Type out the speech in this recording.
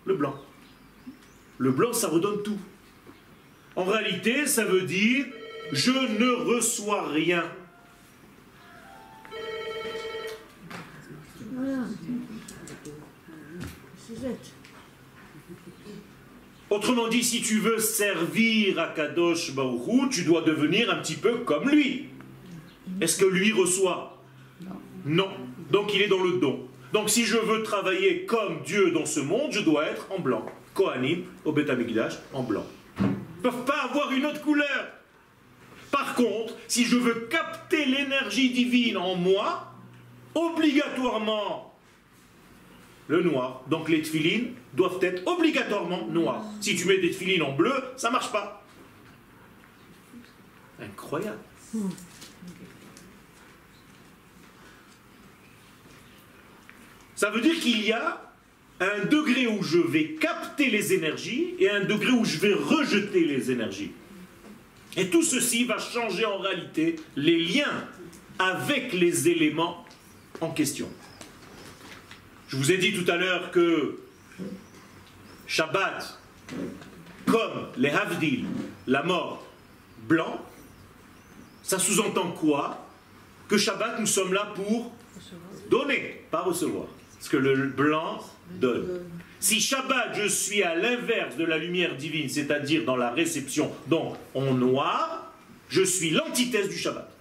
Le blanc. Le blanc, ça redonne tout. En réalité, ça veut dire je ne reçois rien. Autrement dit, si tu veux servir à Kadosh Baruch Hu, tu dois devenir un petit peu comme lui. Est-ce que lui reçoit? Non. Donc il est dans le don. Donc si je veux travailler comme Dieu dans ce monde, je dois être en blanc. Kohanim, au Beth Amikdash, en blanc. Ils ne peuvent pas avoir une autre couleur. Par contre, si je veux capter l'énergie divine en moi, obligatoirement le noir. Donc les tefilines doivent être obligatoirement noirs. Si tu mets des tefilines en bleu, ça ne marche pas. Incroyable. Ça veut dire qu'il y a un degré où je vais capter les énergies et un degré où je vais rejeter les énergies. Et tout ceci va changer en réalité les liens avec les éléments en question. Je vous ai dit tout à l'heure que Shabbat, comme les Havdil, la mort, blanc, ça sous-entend quoi? Que Shabbat, nous sommes là pour donner, pas recevoir. Parce que le blanc donne. Si Shabbat, je suis à l'inverse de la lumière divine, c'est-à-dire dans la réception, donc en noir, je suis l'antithèse du Shabbat.